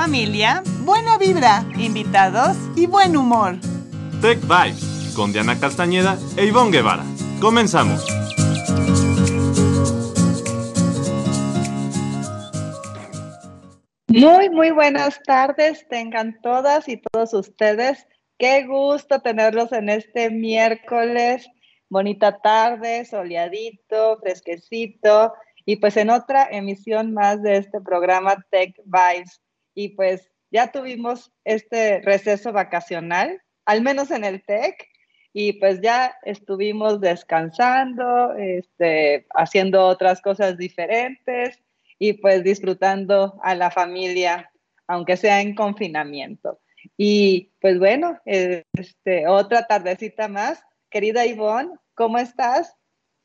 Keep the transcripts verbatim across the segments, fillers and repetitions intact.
familia, buena vibra, invitados y buen humor. Tech Vibes con Diana Castañeda e Ivonne Guevara. Comenzamos. Muy, muy buenas tardes, tengan todas y todos ustedes. Qué gusto tenerlos en este miércoles. Bonita tarde, soleadito, fresquecito. Y pues en otra emisión más de este programa Tech Vibes. Y pues ya tuvimos este receso vacacional, al menos en el Tech. Y pues ya estuvimos descansando, este, haciendo otras cosas diferentes. Y pues disfrutando a la familia, aunque sea en confinamiento. Y pues bueno, este, otra tardecita más. Querida Ivonne, ¿cómo estás?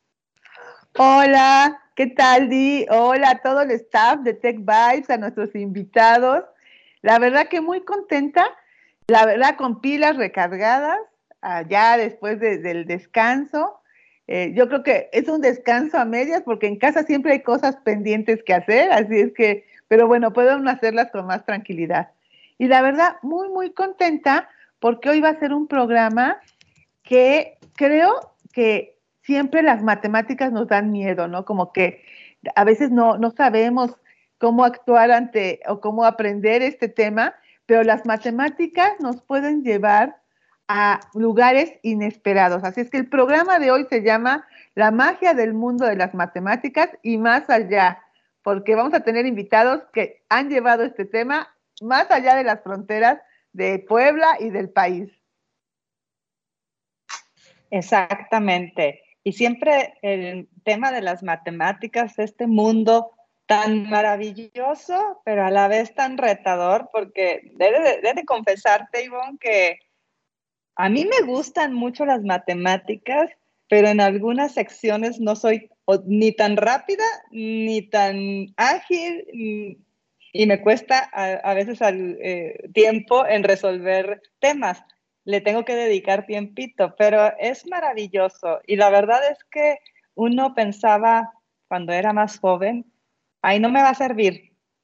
Hola, ¿qué tal, Di? Hola a todo el staff de Tech Vibes, a nuestros invitados. La verdad que muy contenta, la verdad con pilas recargadas, ya después de, del descanso. Eh, yo creo que es un descanso a medias porque en casa siempre hay cosas pendientes que hacer, así es que, pero bueno, podemos hacerlas con más tranquilidad. Y la verdad, muy, muy contenta porque hoy va a ser un programa que creo que siempre las matemáticas nos dan miedo, ¿no? Como que a veces no, no sabemos cómo actuar ante o cómo aprender este tema, pero las matemáticas nos pueden llevar a lugares inesperados. Así es que el programa de hoy se llama La magia del mundo de las matemáticas y más allá, porque vamos a tener invitados que han llevado este tema más allá de las fronteras de Puebla y del país. Exactamente. Y siempre el tema de las matemáticas, este mundo tan maravilloso, pero a la vez tan retador, porque debe de, de, de confesarte, Ivonne, que a mí me gustan mucho las matemáticas, pero en algunas secciones no soy ni tan rápida, ni tan ágil, y me cuesta a, a veces al, eh, tiempo en resolver temas. Le tengo que dedicar tiempito, pero es maravilloso. Y la verdad es que uno pensaba cuando era más joven, ay, no me va a servir.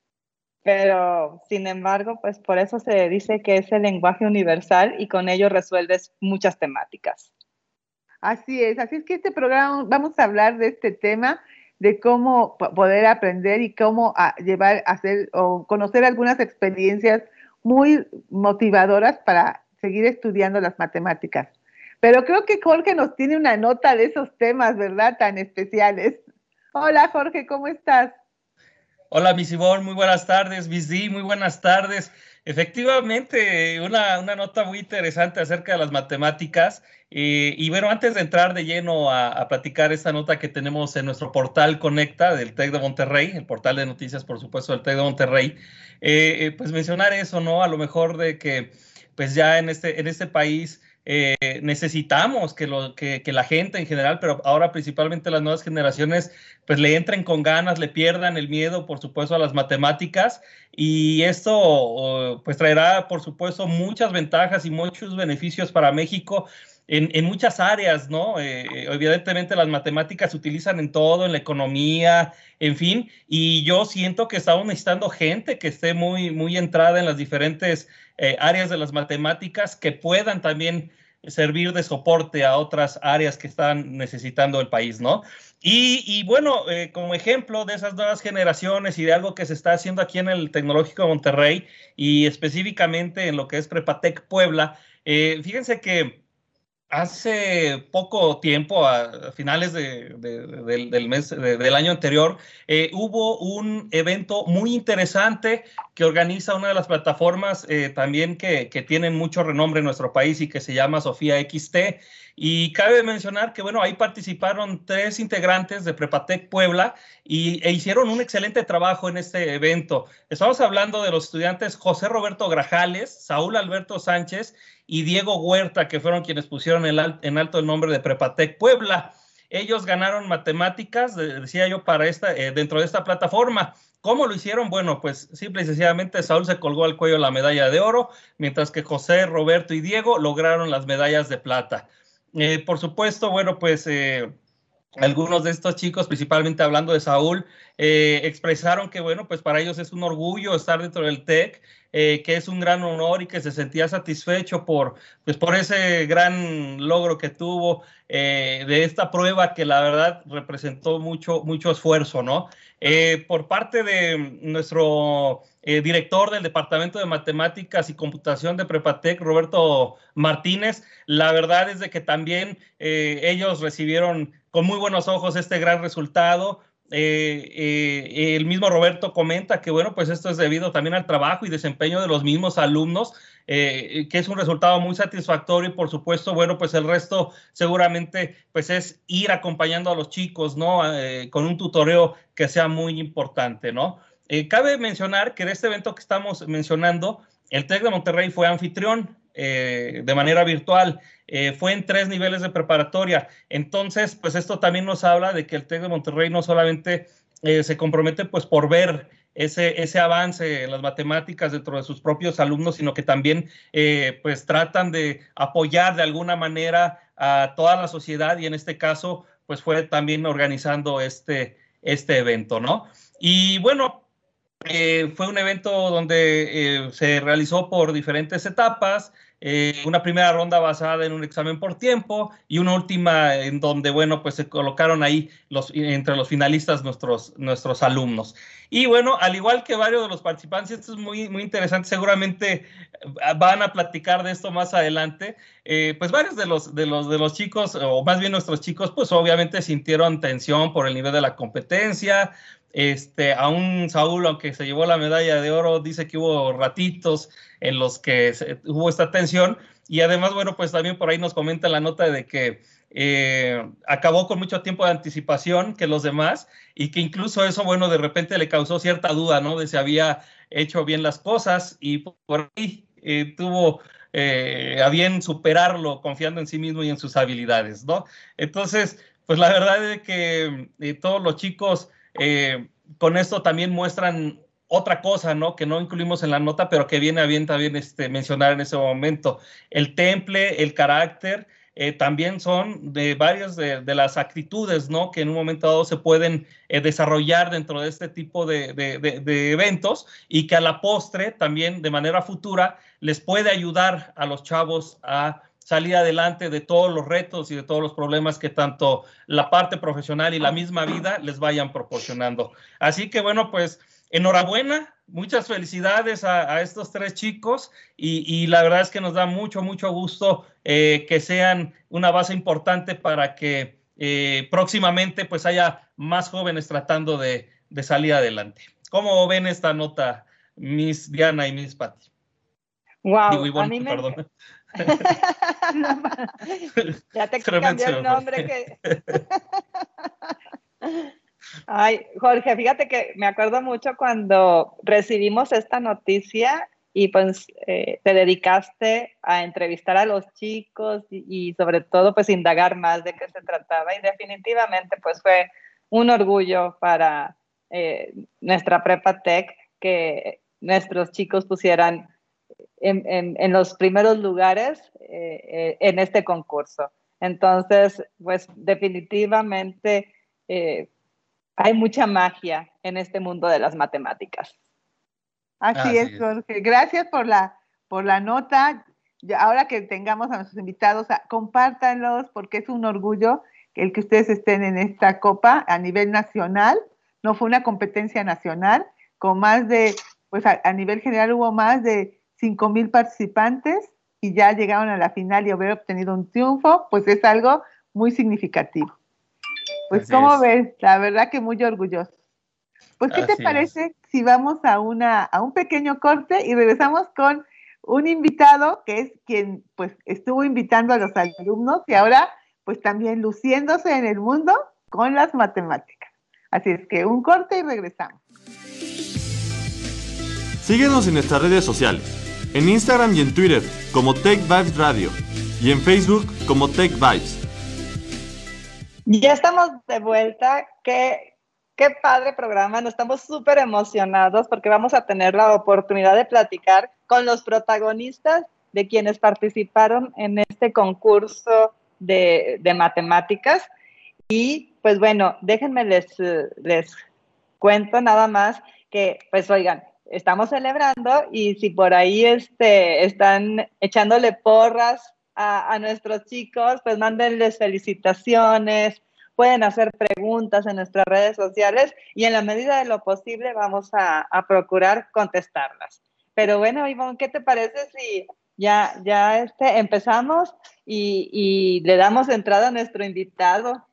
Pero, sin embargo, pues por eso se dice que es el lenguaje universal y con ello resuelves muchas temáticas. Así es, así es que este programa vamos a hablar de este tema, de cómo poder aprender y cómo a llevar a hacer o conocer algunas experiencias muy motivadoras para seguir estudiando las matemáticas. Pero creo que Jorge nos tiene una nota de esos temas, ¿verdad? Tan especiales. Hola, Jorge, ¿cómo estás? Hola, Miss Ivonne, muy buenas tardes. Miss Di, muy buenas tardes. Efectivamente, una, una nota muy interesante acerca de las matemáticas. Eh, y bueno, antes de entrar de lleno a, a platicar esta nota que tenemos en nuestro portal Conecta del TEC de Monterrey, el portal de noticias, por supuesto, del TEC de Monterrey, eh, pues mencionar eso, ¿no? A lo mejor de que, pues ya en este, en este país eh, necesitamos que, lo, que, que la gente en general, pero ahora principalmente las nuevas generaciones, pues le entren con ganas, le pierdan el miedo, por supuesto, a las matemáticas, y esto pues traerá, por supuesto, muchas ventajas y muchos beneficios para México en, en muchas áreas, ¿no? Eh, evidentemente las matemáticas se utilizan en todo, en la economía, en fin, y yo siento que estamos necesitando gente que esté muy, muy entrada en las diferentes eh, áreas de las matemáticas, que puedan también servir de soporte a otras áreas que están necesitando el país, ¿no? Y, y bueno, eh, como ejemplo de esas nuevas generaciones y de algo que se está haciendo aquí en el Tecnológico de Monterrey y específicamente en lo que es Prepatec Puebla, eh, fíjense que hace poco tiempo, a finales de, de, de, del mes de, del año anterior, eh, hubo un evento muy interesante que organiza una de las plataformas eh, también que, que tienen mucho renombre en nuestro país y que se llama Sofía X T. Y cabe mencionar que, bueno, ahí participaron tres integrantes de Prepatec Puebla y, e hicieron un excelente trabajo en este evento. Estamos hablando de los estudiantes José Roberto Grajales, Saúl Alberto Sánchez y Diego Huerta, que fueron quienes pusieron en, en alto el nombre de Prepatec Puebla. Ellos ganaron matemáticas, decía yo, para esta, eh, dentro de esta plataforma. ¿Cómo lo hicieron? Bueno, pues simple y sencillamente Saúl se colgó al cuello la medalla de oro, mientras que José, Roberto y Diego lograron las medallas de plata. Eh, por supuesto, bueno, pues eh, algunos de estos chicos, principalmente hablando de Saúl, eh, expresaron que, bueno, pues para ellos es un orgullo estar dentro del TEC, eh, que es un gran honor y que se sentía satisfecho por, pues, por ese gran logro que tuvo eh, de esta prueba que la verdad representó mucho, mucho esfuerzo, ¿no? Eh, por parte de nuestro eh, director del Departamento de Matemáticas y Computación de Prepatec, Roberto Martínez, la verdad es de que también eh, ellos recibieron con muy buenos ojos este gran resultado. Eh, eh, el mismo Roberto comenta que, bueno, pues esto es debido también al trabajo y desempeño de los mismos alumnos, eh, que es un resultado muy satisfactorio y, por supuesto, bueno, pues el resto seguramente pues es ir acompañando a los chicos, ¿no? Eh, con un tutoreo que sea muy importante, ¿no? Eh, cabe mencionar que de este evento que estamos mencionando, el TEC de Monterrey fue anfitrión eh, de manera virtual. Eh, fue en tres niveles de preparatoria. Entonces, pues esto también nos habla de que el TEC de Monterrey no solamente eh, se compromete pues por ver ese, ese avance en las matemáticas dentro de sus propios alumnos, sino que también eh, pues tratan de apoyar de alguna manera a toda la sociedad, y en este caso pues fue también organizando este, este evento, ¿no? Y bueno, eh, fue un evento donde eh, se realizó por diferentes etapas. Eh, una primera ronda basada en un examen por tiempo y una última en donde, bueno, pues se colocaron ahí los, entre los finalistas nuestros, nuestros alumnos. Y bueno, al igual que varios de los participantes, esto es muy, muy interesante, seguramente van a platicar de esto más adelante, eh, pues varios de los, de, los, de los chicos, o más bien nuestros chicos, pues obviamente sintieron tensión por el nivel de la competencia. Este, aún Saúl, aunque se llevó la medalla de oro, dice que hubo ratitos en los que se, hubo esta tensión, y además, bueno, pues también por ahí nos comenta la nota de que eh, acabó con mucho tiempo de anticipación que los demás, y que incluso eso, bueno, de repente le causó cierta duda, ¿no? De si había hecho bien las cosas, y por ahí eh, tuvo eh, a bien superarlo confiando en sí mismo y en sus habilidades, ¿no? Entonces, pues la verdad es que eh, todos los chicos Eh, con esto también muestran otra cosa, ¿no? Que no incluimos en la nota, pero que viene a bien también este, mencionar en ese momento. El temple, el carácter, eh, también son de varias de, de las actitudes, ¿no? Que en un momento dado se pueden eh, desarrollar dentro de este tipo de, de, de, de eventos, y que a la postre también de manera futura les puede ayudar a los chavos a salir adelante de todos los retos y de todos los problemas que tanto la parte profesional y la misma vida les vayan proporcionando. Así que, bueno, pues enhorabuena, muchas felicidades a, a estos tres chicos, y, y la verdad es que nos da mucho, mucho gusto eh, que sean una base importante para que eh, próximamente pues haya más jóvenes tratando de, de salir adelante. ¿Cómo ven esta nota, Miss Diana y Miss Patti? Wow, Digo, Ivonne, a mí me... perdón. Ya te cambió el nombre que... Ay, Jorge, fíjate que me acuerdo mucho cuando recibimos esta noticia y pues eh, te dedicaste a entrevistar a los chicos y, y sobre todo pues indagar más de qué se trataba, y definitivamente pues fue un orgullo para eh, nuestra Prepatec que nuestros chicos pusieran En, en, en los primeros lugares eh, eh, en este concurso. Entonces, pues definitivamente eh, hay mucha magia en este mundo de las matemáticas. Así, Así es, Jorge. Gracias por la, por la nota. Ahora que tengamos a nuestros invitados, compártanlos, porque es un orgullo el que ustedes estén en esta copa a nivel nacional. No fue una competencia nacional, con más de, pues a, a nivel general hubo más de cinco mil participantes y ya llegaron a la final y haber obtenido un triunfo, pues es algo muy significativo. Pues Así ¿cómo es. ves? La verdad que muy orgulloso. Pues ¿qué Así te parece es. si vamos a, una, a un pequeño corte y regresamos con un invitado que es quien pues estuvo invitando a los alumnos y ahora pues también luciéndose en el mundo con las matemáticas? Así es que un corte y regresamos. Síguenos en nuestras redes sociales. En Instagram y en Twitter como Tech Vibes Radio y en Facebook como Tech Vibes. Ya estamos de vuelta. Qué, qué padre programa. Nos estamos súper emocionados porque vamos a tener la oportunidad de platicar con los protagonistas de quienes participaron en este concurso de, de matemáticas. Y pues bueno, déjenme les, les cuento nada más que, pues oigan, estamos celebrando y si por ahí este, están echándole porras a, a nuestros chicos, pues mándenles felicitaciones, pueden hacer preguntas en nuestras redes sociales y en la medida de lo posible vamos a, a procurar contestarlas. Pero bueno, Ivonne, ¿qué te parece si ya, ya este, empezamos y, y le damos entrada a nuestro invitado?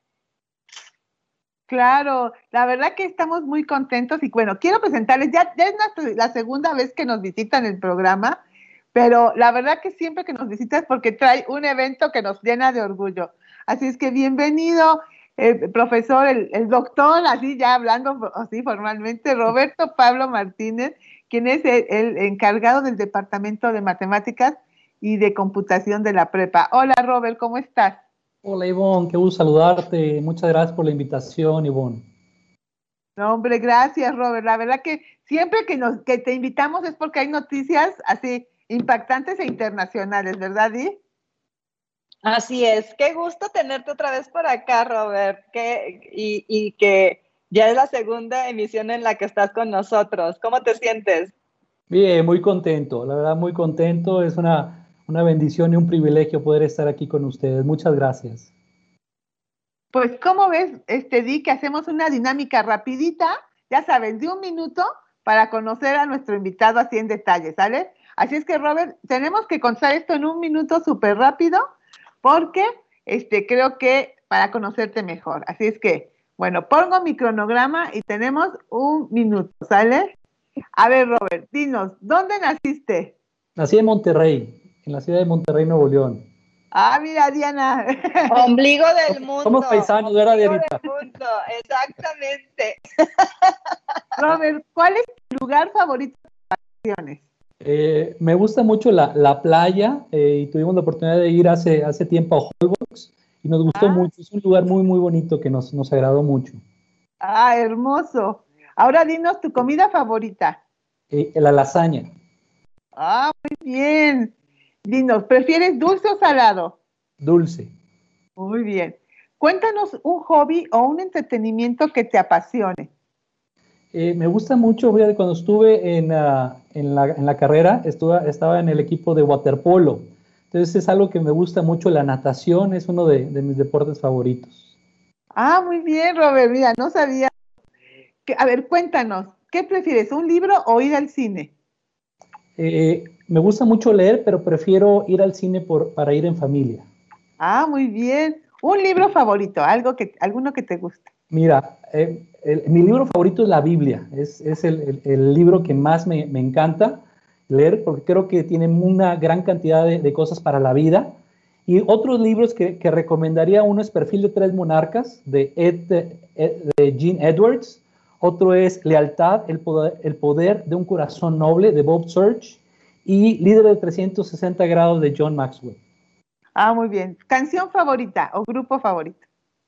Claro, la verdad que estamos muy contentos y bueno, quiero presentarles, ya, ya es nuestra, la segunda vez que nos visitan el programa, pero la verdad que siempre que nos visitas porque trae un evento que nos llena de orgullo. Así es que bienvenido, eh, profesor, el, el doctor, así ya hablando así formalmente, Roberto Pablo Martínez, quien es el, el encargado del Departamento de Matemáticas y de Computación de la Prepa. Hola, Robert, ¿cómo estás? Hola Ivonne, qué gusto saludarte. Muchas gracias por la invitación, Ivonne. No, hombre, gracias, Robert. La verdad que siempre que, nos, que te invitamos es porque hay noticias así impactantes e internacionales, ¿verdad, Di? Así es. Qué gusto tenerte otra vez por acá, Robert. Que, y, y que ya es la segunda emisión en la que estás con nosotros. ¿Cómo te sientes? Bien, muy contento. La verdad, muy contento. Es una... Una bendición y un privilegio poder estar aquí con ustedes. Muchas gracias. Pues, ¿cómo ves, este Di, que hacemos una dinámica rapidita, ya sabes, de un minuto para conocer a nuestro invitado así en detalle, ¿sale? Así es que, Robert, tenemos que contar esto en un minuto súper rápido porque este, creo que para conocerte mejor. Así es que, bueno, pongo mi cronograma y tenemos un minuto, ¿sale? A ver, Robert, dinos, ¿dónde naciste? Nací en Monterrey, en la ciudad de Monterrey, Nuevo León. Ah, mira, Diana. Ombligo del mundo. Somos paisanos, ¿verdad, Dianita? Ombligo del mundo, exactamente. Robert, ¿cuál es tu lugar favorito de vacaciones? Eh, me gusta mucho la, la playa eh, y tuvimos la oportunidad de ir hace, hace tiempo a Holbox y nos gustó Ah. mucho. Es un lugar muy, muy bonito que nos, nos agradó mucho. Ah, hermoso. Ahora dinos tu comida favorita. Eh, la lasaña. Ah, muy bien. Dinos, ¿prefieres dulce o salado? Dulce. Muy bien. Cuéntanos un hobby o un entretenimiento que te apasione. Eh, me gusta mucho, fíjate, cuando estuve en, uh, en, la, en la carrera, estuve, estaba en el equipo de waterpolo. Entonces es algo que me gusta mucho, la natación es uno de, de mis deportes favoritos. Ah, muy bien, Robert. Mira, no sabía. Que, a ver, cuéntanos, ¿qué prefieres, un libro o ir al cine? Eh, me gusta mucho leer, pero prefiero ir al cine por, para ir en familia. Ah, muy bien. Un libro favorito, algo que, alguno que te guste. Mira, eh, el, mi libro favorito es la Biblia. Es, es el, el, el libro que más me, me encanta leer porque creo que tiene una gran cantidad de, de cosas para la vida. Y otros libros que, que recomendaría, uno es Perfil de Tres Monarcas, de, Ed, Ed, de Gene Edwards. Otro es Lealtad, el poder, el poder de un corazón noble, de Bob Search. Y Líder de trescientos sesenta grados, de John Maxwell. Ah, muy bien. ¿Canción favorita o grupo favorito?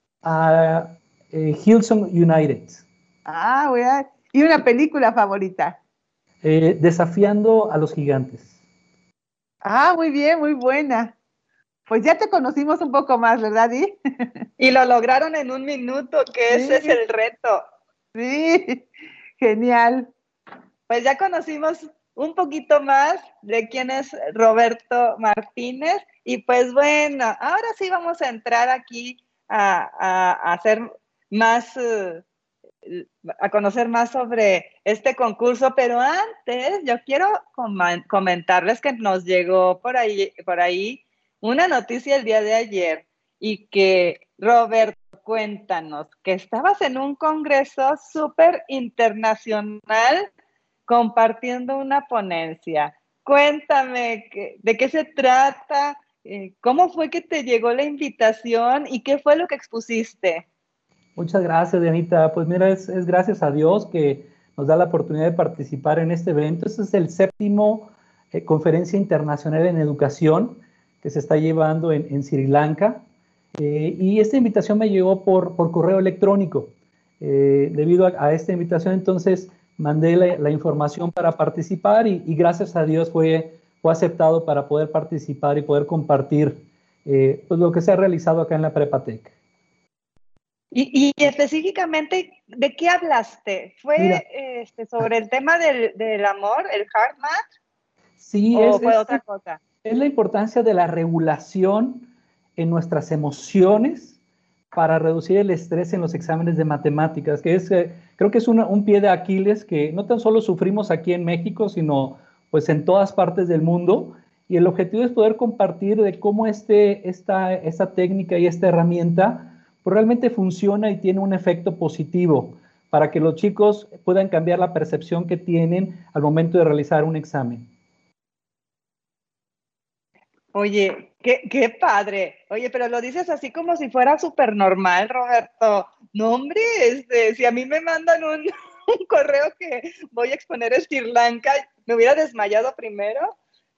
Uh, eh, Hillsong United. Ah, voy a... ¿Y una película favorita? Eh, Desafiando a los gigantes. Ah, muy bien, muy buena. Pues ya te conocimos un poco más, ¿verdad, Di? Y lo lograron en un minuto, que ese Sí. es el reto. Sí, genial. Pues ya conocimos un poquito más de quién es Roberto Martínez y pues bueno, ahora sí vamos a entrar aquí a, a, a hacer más, uh, a conocer más sobre este concurso, pero antes yo quiero com comentarles que nos llegó por ahí, por ahí una noticia el día de ayer y que, Roberto, cuéntanos, que estabas en un congreso súper internacional compartiendo una ponencia. Cuéntame, ¿de qué se trata? ¿Cómo fue que te llegó la invitación y qué fue lo que expusiste? Muchas gracias, Dianita. Pues mira, es, es gracias a Dios que nos da la oportunidad de participar en este evento. Este es el séptimo eh, Conferencia Internacional en Educación que se está llevando en, en Sri Lanka. Eh, y esta invitación me llegó por, por correo electrónico. Eh, debido a, a esta invitación, entonces, mandé la, la información para participar y, y gracias a Dios fue, fue aceptado para poder participar y poder compartir eh, pues lo que se ha realizado acá en la Prepatec. Y, y específicamente, ¿de qué hablaste? ¿Fue Mira, este, sobre el tema del, del amor, el heart math, sí, o es, fue es, otra cosa? es la importancia de la regulación en nuestras emociones para reducir el estrés en los exámenes de matemáticas, que es, eh, creo que es una, un pie de Aquiles que no tan solo sufrimos aquí en México, sino pues en todas partes del mundo. Y el objetivo es poder compartir de cómo este, esta, esta técnica y esta herramienta pues realmente funciona y tiene un efecto positivo para que los chicos puedan cambiar la percepción que tienen al momento de realizar un examen. Oye, qué, qué padre. Oye, pero lo dices así como si fuera súper normal, Roberto. No, hombre, este, si a mí me mandan un, un correo que voy a exponer a Sri Lanka, me hubiera desmayado primero.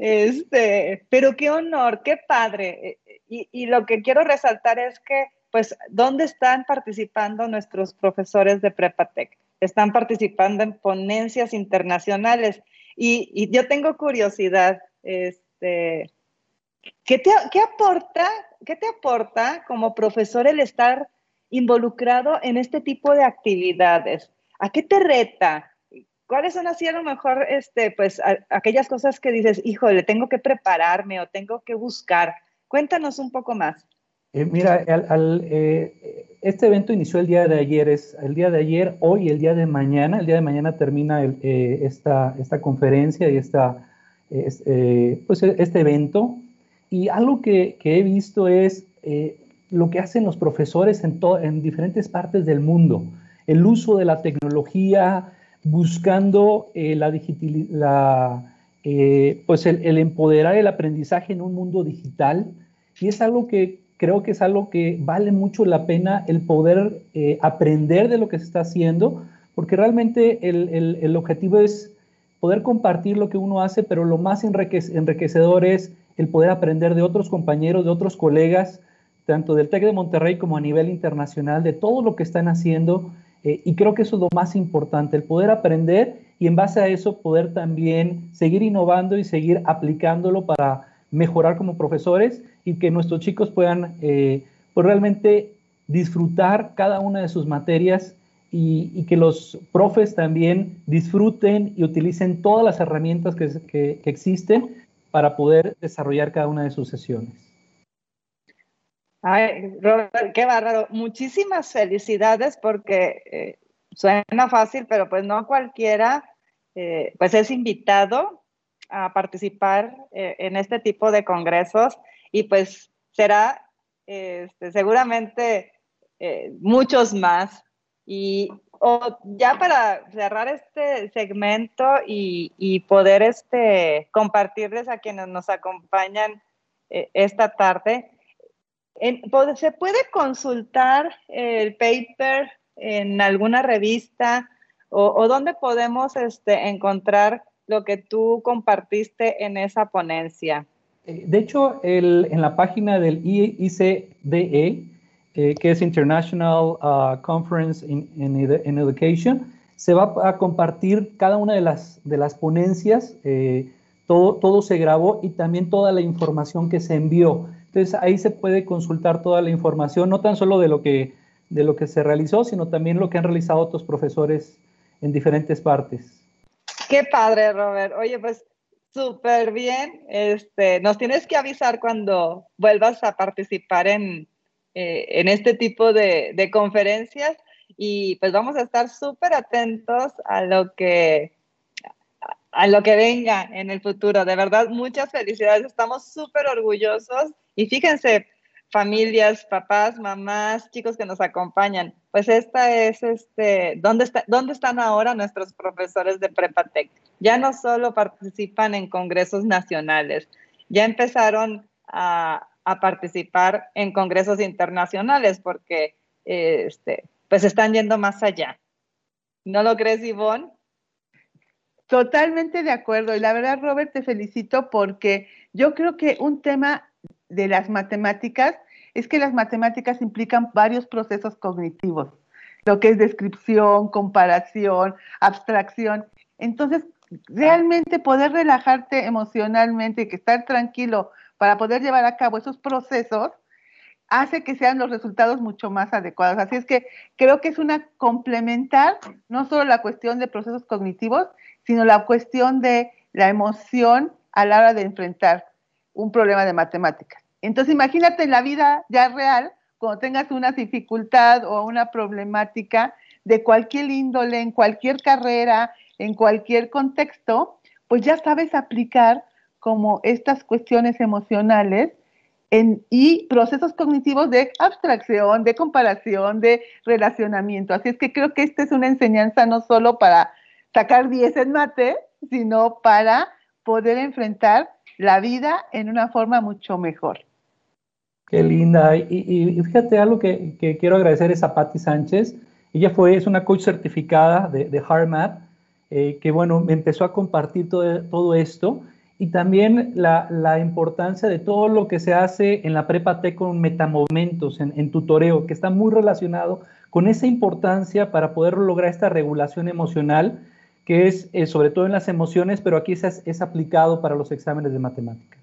Este, pero qué honor, qué padre. Y, y lo que quiero resaltar es que, pues, ¿dónde están participando nuestros profesores de Prepatec? Están participando en ponencias internacionales. Y, y yo tengo curiosidad, este... ¿Qué te, qué aporta, qué te aporta como profesor el estar involucrado en este tipo de actividades? ¿A qué te reta? ¿Cuáles son así a lo mejor este, pues, a, aquellas cosas que dices, híjole, tengo que prepararme o tengo que buscar? Cuéntanos un poco más. Eh, mira, al, al, eh, este evento inició el día de ayer, es el día de ayer, hoy, el día de mañana. El día de mañana termina el, eh, esta, esta conferencia y esta, eh, pues este evento. Y algo que, que he visto es eh, lo que hacen los profesores en, en diferentes partes del mundo. El uso de la tecnología, buscando eh, la la, eh, pues el, el empoderar el aprendizaje en un mundo digital. Y es algo que creo que es algo que vale mucho la pena el poder eh, aprender de lo que se está haciendo, porque realmente el, el, el objetivo es poder compartir lo que uno hace, pero lo más enriquecedor es el poder aprender de otros compañeros, de otros colegas, tanto del TEC de Monterrey como a nivel internacional, de todo lo que están haciendo. Eh, y creo que eso es lo más importante, el poder aprender y en base a eso poder también seguir innovando y seguir aplicándolo para mejorar como profesores y que nuestros chicos puedan eh, pues realmente disfrutar cada una de sus materias y, y que los profes también disfruten y utilicen todas las herramientas que, que, que existen para poder desarrollar cada una de sus sesiones. Ay, Robert, qué bárbaro. Muchísimas felicidades porque eh, suena fácil, pero pues no cualquiera eh, pues es invitado a participar eh, en este tipo de congresos y pues será este, seguramente eh, muchos más. Y oh, ya para cerrar este segmento y, y poder este, compartirles a quienes nos acompañan eh, esta tarde, en, ¿se puede consultar el paper en alguna revista o, o dónde podemos este, encontrar lo que tú compartiste en esa ponencia? De hecho, el, en la página del I C D E, eh, que es International uh, Conference in, in, in Education, se va a compartir cada una de las, de las ponencias, eh, todo, todo se grabó y también toda la información que se envió. Entonces ahí se puede consultar toda la información, no tan solo de lo que, de lo que se realizó, sino también lo que han realizado otros profesores en diferentes partes. Qué padre, Robert. Oye, pues súper bien. Este, nos tienes que avisar cuando vuelvas a participar en, eh, en este tipo de, de conferencias y pues vamos a estar súper atentos a lo que a lo que venga en el futuro. De verdad, muchas felicidades. Estamos súper orgullosos. Y fíjense, familias, papás, mamás, chicos que nos acompañan, pues esta es, este, ¿dónde, está, ¿dónde están ahora nuestros profesores de Prepatec? Ya no solo participan en congresos nacionales, ya empezaron a, a participar en congresos internacionales porque este, pues están yendo más allá. ¿No lo crees, Ivonne? Totalmente de acuerdo. Y la verdad, Robert, te felicito porque yo creo que un tema de las matemáticas es que las matemáticas implican varios procesos cognitivos, lo que es descripción, comparación, abstracción. Entonces, realmente poder relajarte emocionalmente y que estar tranquilo para poder llevar a cabo esos procesos hace que sean los resultados mucho más adecuados. Así es que creo que es una complementar no solo la cuestión de procesos cognitivos, sino la cuestión de la emoción a la hora de enfrentar un problema de matemáticas. Entonces imagínate en la vida ya real, cuando tengas una dificultad o una problemática de cualquier índole, en cualquier carrera, en cualquier contexto, pues ya sabes aplicar como estas cuestiones emocionales en, y procesos cognitivos de abstracción, de comparación, de relacionamiento. Así es que creo que esta es una enseñanza no solo para sacar diez en mate, sino para poder enfrentar la vida en una forma mucho mejor. Qué linda. Y, y, y fíjate, algo que, que quiero agradecer es a Patti Sánchez. Ella fue, es una coach certificada de, de HeartMath, eh, que bueno, me empezó a compartir todo, todo esto. Y también la, la importancia de todo lo que se hace en la Prepa Tech con metamomentos, en, en tutoreo, que está muy relacionado con esa importancia para poder lograr esta regulación emocional, que es eh, sobre todo en las emociones, pero aquí es, es aplicado para los exámenes de matemáticas.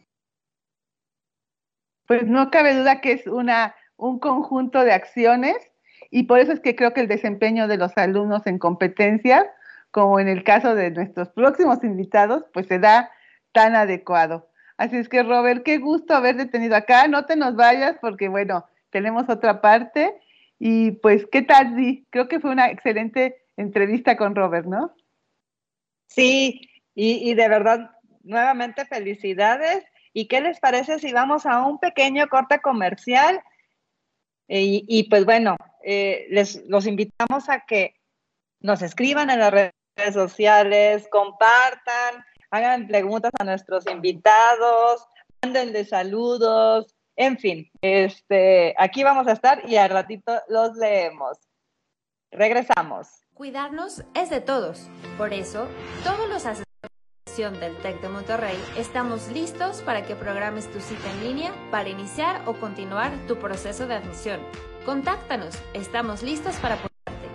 Pues no cabe duda que es una, un conjunto de acciones y por eso es que creo que el desempeño de los alumnos en competencias, como en el caso de nuestros próximos invitados, pues se da tan adecuado. Así es que, Robert, qué gusto haberte tenido acá. No te nos vayas porque, bueno, tenemos otra parte. Y pues, ¿qué tal, Di? Creo que fue una excelente entrevista con Robert, ¿no? Sí, y, y de verdad, nuevamente felicidades. ¿Y qué les parece si vamos a un pequeño corte comercial? Y, y pues bueno, eh, les los invitamos a que nos escriban en las redes sociales, compartan, hagan preguntas a nuestros invitados, mándenle saludos, en fin, este, aquí vamos a estar y al ratito los leemos. Regresamos. Cuidarnos es de todos, por eso todos los asesores del TEC de Monterrey estamos listos para que programes tu cita en línea para iniciar o continuar tu proceso de admisión. Contáctanos, estamos listos para apoyarte.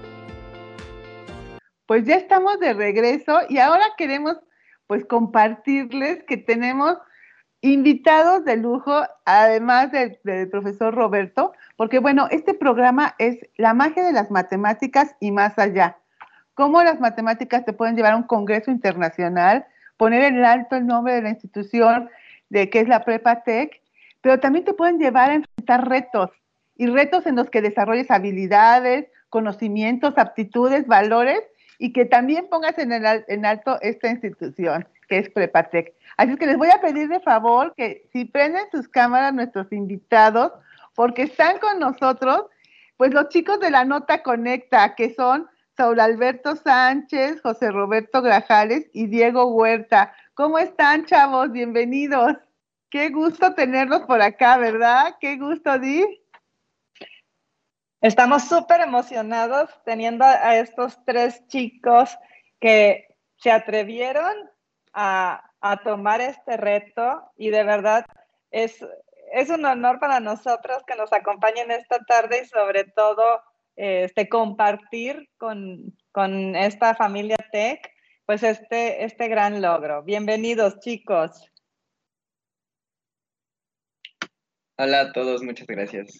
Pues ya estamos de regreso y ahora queremos pues compartirles que tenemos invitados de lujo, además del, del profesor Roberto, porque bueno, este programa es la magia de las matemáticas y más allá. Cómo las matemáticas te pueden llevar a un congreso internacional, poner en alto el nombre de la institución de que es la Prepa Tech, pero también te pueden llevar a enfrentar retos, y retos en los que desarrolles habilidades, conocimientos, aptitudes, valores, y que también pongas en, el, en alto esta institución, que es Prepa Tech. Así es que les voy a pedir de favor que si prenden sus cámaras nuestros invitados, porque están con nosotros, pues los chicos de la Nota Conecta, que son Saúl Alberto Sánchez, José Roberto Grajales y Diego Huerta. ¿Cómo están, chavos? Bienvenidos. Qué gusto tenerlos por acá, ¿verdad? Qué gusto, Di. Estamos súper emocionados teniendo a estos tres chicos que se atrevieron a, a tomar este reto y de verdad es, es un honor para nosotros que nos acompañen esta tarde y sobre todo Este, compartir con, con esta familia Tech, pues este, este gran logro. Bienvenidos, chicos. Hola a todos, muchas gracias.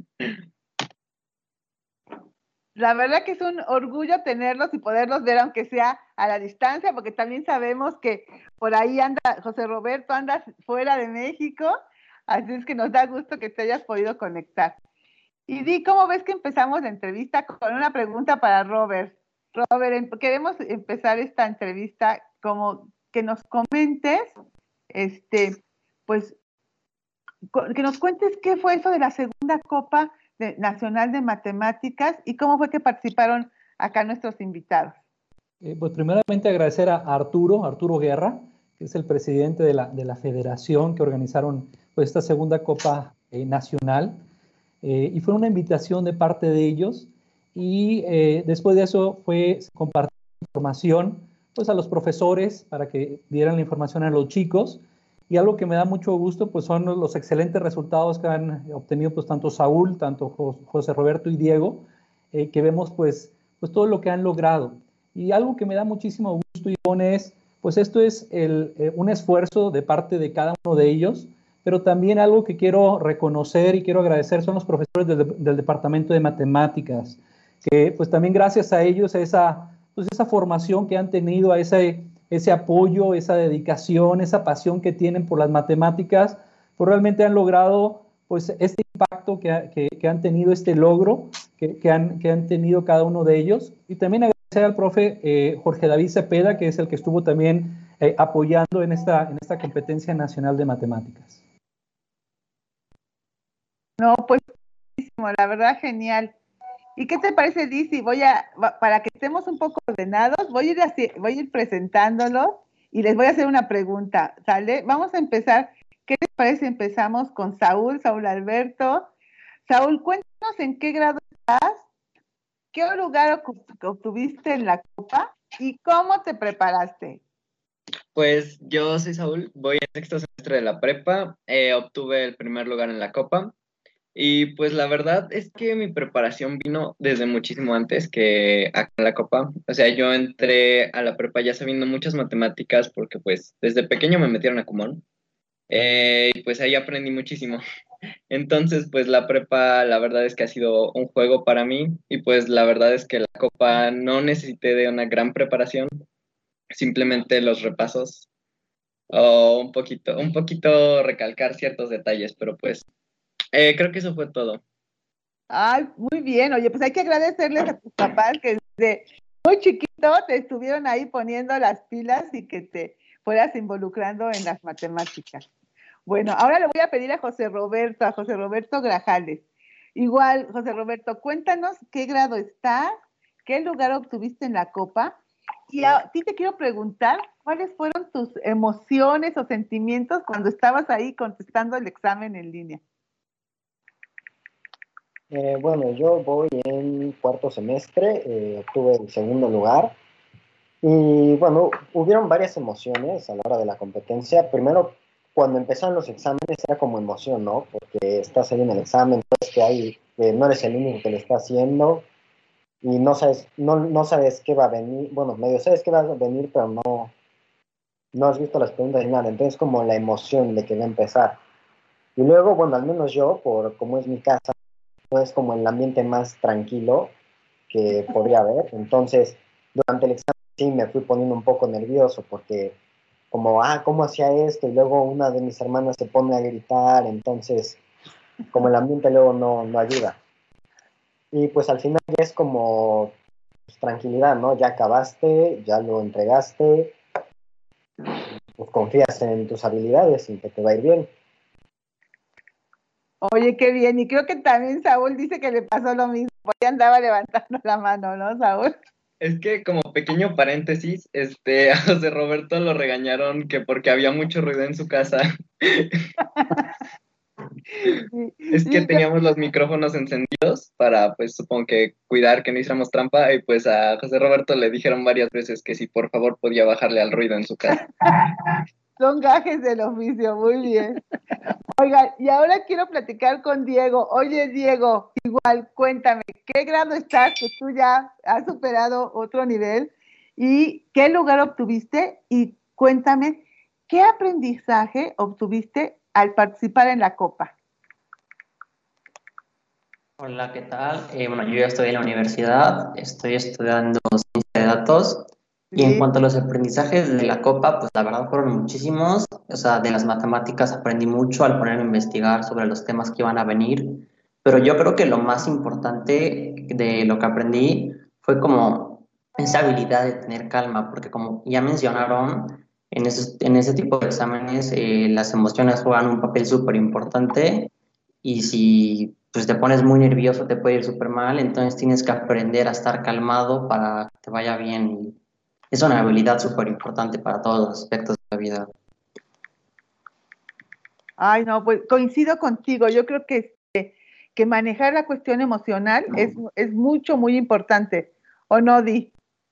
La verdad que es un orgullo tenerlos y poderlos ver, aunque sea a la distancia, porque también sabemos que por ahí anda José Roberto, anda fuera de México, así es que nos da gusto que te hayas podido conectar. Y Di, ¿cómo ves que empezamos la entrevista con una pregunta para Robert? Robert, queremos empezar esta entrevista como que nos comentes, este, pues, que nos cuentes qué fue eso de la segunda Copa de, Nacional de Matemáticas y cómo fue que participaron acá nuestros invitados. Eh, pues primeramente agradecer a Arturo, Arturo Guerra, que es el presidente de la, de la federación que organizaron pues, esta segunda Copa eh, Nacional. Eh, y fue una invitación de parte de ellos y eh, después de eso fue compartir información pues, a los profesores para que dieran la información a los chicos y algo que me da mucho gusto pues, son los excelentes resultados que han obtenido pues, tanto Saúl, tanto José Roberto y Diego, eh, que vemos pues, pues todo lo que han logrado. Y algo que me da muchísimo gusto, Ivonne, es pues esto es el, eh, un esfuerzo de parte de cada uno de ellos, pero también algo que quiero reconocer y quiero agradecer son los profesores del, del Departamento de Matemáticas, que pues también gracias a ellos, a esa, pues, esa formación que han tenido, a ese, ese apoyo, esa dedicación, esa pasión que tienen por las matemáticas, pues realmente han logrado pues este impacto que, que, que han tenido, este logro que, que, han, que han tenido cada uno de ellos. Y también agradecer al profe eh, Jorge David Cepeda, que es el que estuvo también eh, apoyando en esta, en esta competencia nacional de matemáticas. No, pues la verdad genial. ¿Y qué te parece, Dizzy? Voy a, para que estemos un poco ordenados, voy a ir, así, voy a ir presentándolos y les voy a hacer una pregunta, ¿sale? Vamos a empezar. ¿Qué les parece? Empezamos con Saúl, Saúl Alberto. Saúl, cuéntanos en qué grado estás, qué lugar obtuviste en la Copa y cómo te preparaste. Pues yo soy Saúl, voy en sexto semestre de la prepa, eh, obtuve el primer lugar en la Copa y pues la verdad es que mi preparación vino desde muchísimo antes que acá en la Copa. O sea, yo entré a la prepa ya sabiendo muchas matemáticas porque pues desde pequeño me metieron a Kumon. Eh, y pues ahí aprendí muchísimo. Entonces, pues la prepa, la verdad es que ha sido un juego para mí y pues la verdad es que la Copa no necesité de una gran preparación, simplemente los repasos o un poquito, un poquito recalcar ciertos detalles, pero pues eh, creo que eso fue todo. Ay, muy bien. Oye, pues hay que agradecerles a tus papás que desde muy chiquito te estuvieron ahí poniendo las pilas y que te fueras involucrando en las matemáticas. Bueno, ahora le voy a pedir a José Roberto, a José Roberto Grajales. Igual, José Roberto, cuéntanos qué grado estás, qué lugar obtuviste en la Copa. Y a ti te quiero preguntar, ¿cuáles fueron tus emociones o sentimientos cuando estabas ahí contestando el examen en línea? Eh, bueno, yo voy en cuarto semestre, eh, obtuve el segundo lugar. Y bueno, hubieron varias emociones a la hora de la competencia. Primero, cuando empezaron los exámenes era como emoción, ¿no? Porque estás ahí en el examen, pues que hay, que no eres el único que lo está haciendo y no sabes, no, no sabes qué va a venir. Bueno, medio sabes qué va a venir, pero no, no has visto las preguntas ni nada. Entonces, como la emoción de que va a empezar. Y luego, bueno, al menos yo, por como es mi casa, no es como el ambiente más tranquilo que podría haber. Entonces, durante el examen sí me fui poniendo un poco nervioso porque como, ah, ¿cómo hacía esto? Y luego una de mis hermanas se pone a gritar, entonces como el ambiente luego no, no ayuda. Y pues al final ya es como pues, tranquilidad, ¿no? Ya acabaste, ya lo entregaste, pues confías en tus habilidades y que te va a ir bien. Oye, qué bien. Y creo que también Saúl dice que le pasó lo mismo. Ya andaba levantando la mano, ¿no, Saúl? Es que como pequeño paréntesis, este, a José Roberto lo regañaron que porque había mucho ruido en su casa. Es que teníamos los micrófonos encendidos para, pues supongo que cuidar que no hiciéramos trampa y pues a José Roberto le dijeron varias veces que si por favor podía bajarle al ruido en su casa. Son gajes del oficio, muy bien. Oigan, y ahora quiero platicar con Diego. Oye, Diego, igual, cuéntame, ¿qué grado estás que tú ya has superado otro nivel? ¿Y qué lugar obtuviste? Y cuéntame, ¿qué aprendizaje obtuviste al participar en la Copa? Hola, ¿qué tal? Eh, bueno, yo ya estoy en la universidad, estoy estudiando ciencia de datos. Y en cuanto a los aprendizajes de la Copa, pues la verdad fueron muchísimos. O sea, de las matemáticas aprendí mucho al ponerme a investigar sobre los temas que iban a venir. Pero yo creo que lo más importante de lo que aprendí fue como esa habilidad de tener calma, porque como ya mencionaron, en, esos, en ese tipo de exámenes eh, las emociones juegan un papel súper importante y si pues, te pones muy nervioso te puede ir súper mal, entonces tienes que aprender a estar calmado para que te vaya bien. Es una habilidad súper importante para todos los aspectos de la vida. Ay, no, pues coincido contigo. Yo creo que, que manejar la cuestión emocional es, es mucho, muy importante. ¿O no, Di?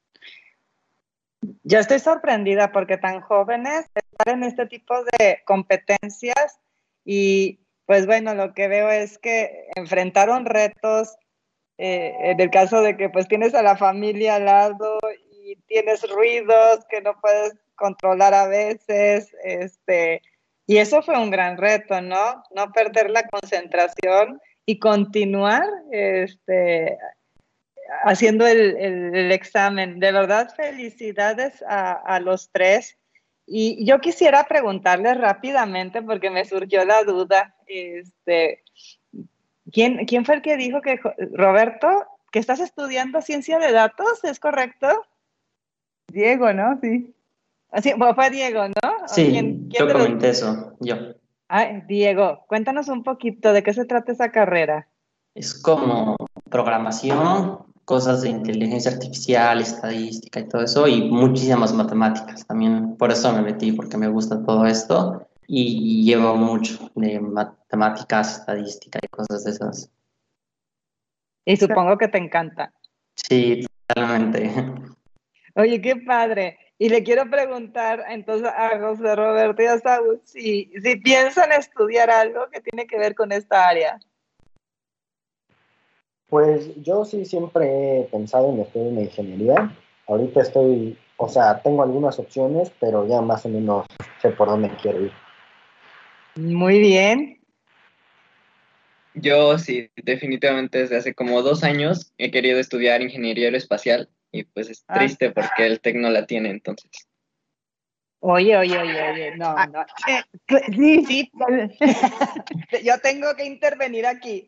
Yo estoy sorprendida porque tan jóvenes están en este tipo de competencias y pues bueno, lo que veo es que enfrentaron retos eh, en el caso de que pues tienes a la familia al lado y tienes ruidos que no puedes controlar a veces, este, Y eso fue un gran reto, ¿no? No perder la concentración y continuar este, haciendo el, el, el examen. De verdad, felicidades a, a los tres. Y yo quisiera preguntarles rápidamente, porque me surgió la duda, este, ¿quién, ¿quién fue el que dijo que, Roberto, que estás estudiando ciencia de datos? ¿Es correcto? Diego, ¿no? Sí. Así, fue Diego, ¿no? Sí, ¿Quién, quién yo de los... comenté eso, yo. Ay, Diego, cuéntanos un poquito de qué se trata esa carrera. Es como programación, cosas de inteligencia artificial, estadística y todo eso, y muchísimas matemáticas. También por eso me metí, porque me gusta todo esto, y llevo mucho de matemáticas, estadística y cosas de esas. Y supongo que te encanta. Sí, totalmente. Oye, qué padre. Y le quiero preguntar entonces a José Roberto y a Saúl si, si piensan estudiar algo que tiene que ver con esta área. Pues yo sí siempre he pensado en estudiar una ingeniería. Ahorita estoy, o sea, tengo algunas opciones, pero ya más o menos sé por dónde quiero ir. Muy bien. Yo sí, definitivamente desde hace como dos años he querido estudiar ingeniería aeroespacial y pues es Ah. triste porque el TEC no la tiene entonces. Oye, oye, oye, oye, no, Ah, no. eh, sí, Sí, yo tengo que intervenir aquí.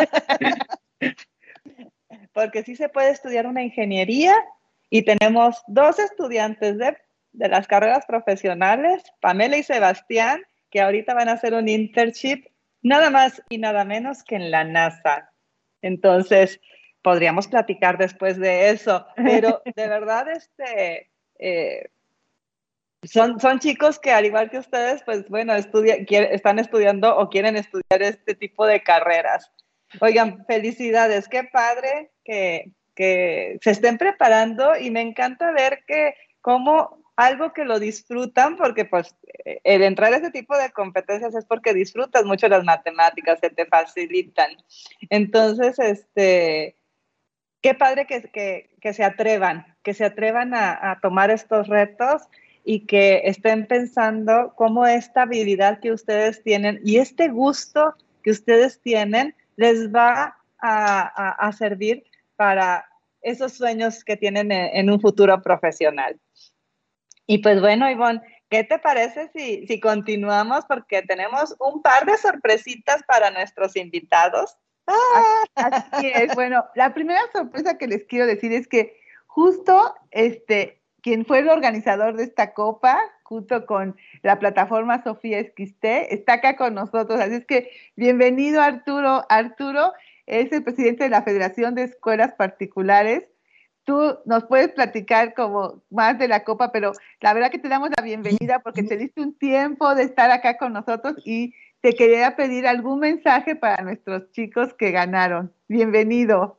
Porque sí se puede estudiar una ingeniería y tenemos dos estudiantes de, de las carreras profesionales, Pamela y Sebastián, que ahorita van a hacer un internship nada más y nada menos que en la NASA. Entonces, podríamos platicar después de eso, pero de verdad, este, eh, son, son chicos que al igual que ustedes, pues bueno, estudia, quiere, están estudiando o quieren estudiar este tipo de carreras. Oigan, felicidades, qué padre que, que se estén preparando y me encanta ver que como algo que lo disfrutan, porque pues el entrar a ese tipo de competencias es porque disfrutas mucho las matemáticas, se te facilitan. Entonces, este, qué padre que, que, que se atrevan, que se atrevan a, a tomar estos retos y que estén pensando cómo esta habilidad que ustedes tienen y este gusto que ustedes tienen les va a, a, a servir para esos sueños que tienen en, en un futuro profesional. Y pues bueno, Ivonne, ¿qué te parece si, si continuamos? Porque tenemos un par de sorpresitas para nuestros invitados. ¡Ah! Así es. Bueno, la primera sorpresa que les quiero decir es que justo este, quien fue el organizador de esta copa, junto con la plataforma Sofía Esquisté, está acá con nosotros. Así es que bienvenido, Arturo. Arturo es el presidente de la Federación de Escuelas Particulares. Tú nos puedes platicar como más de la copa, pero la verdad que te damos la bienvenida porque te diste un tiempo de estar acá con nosotros y te quería pedir algún mensaje para nuestros chicos que ganaron. Bienvenido.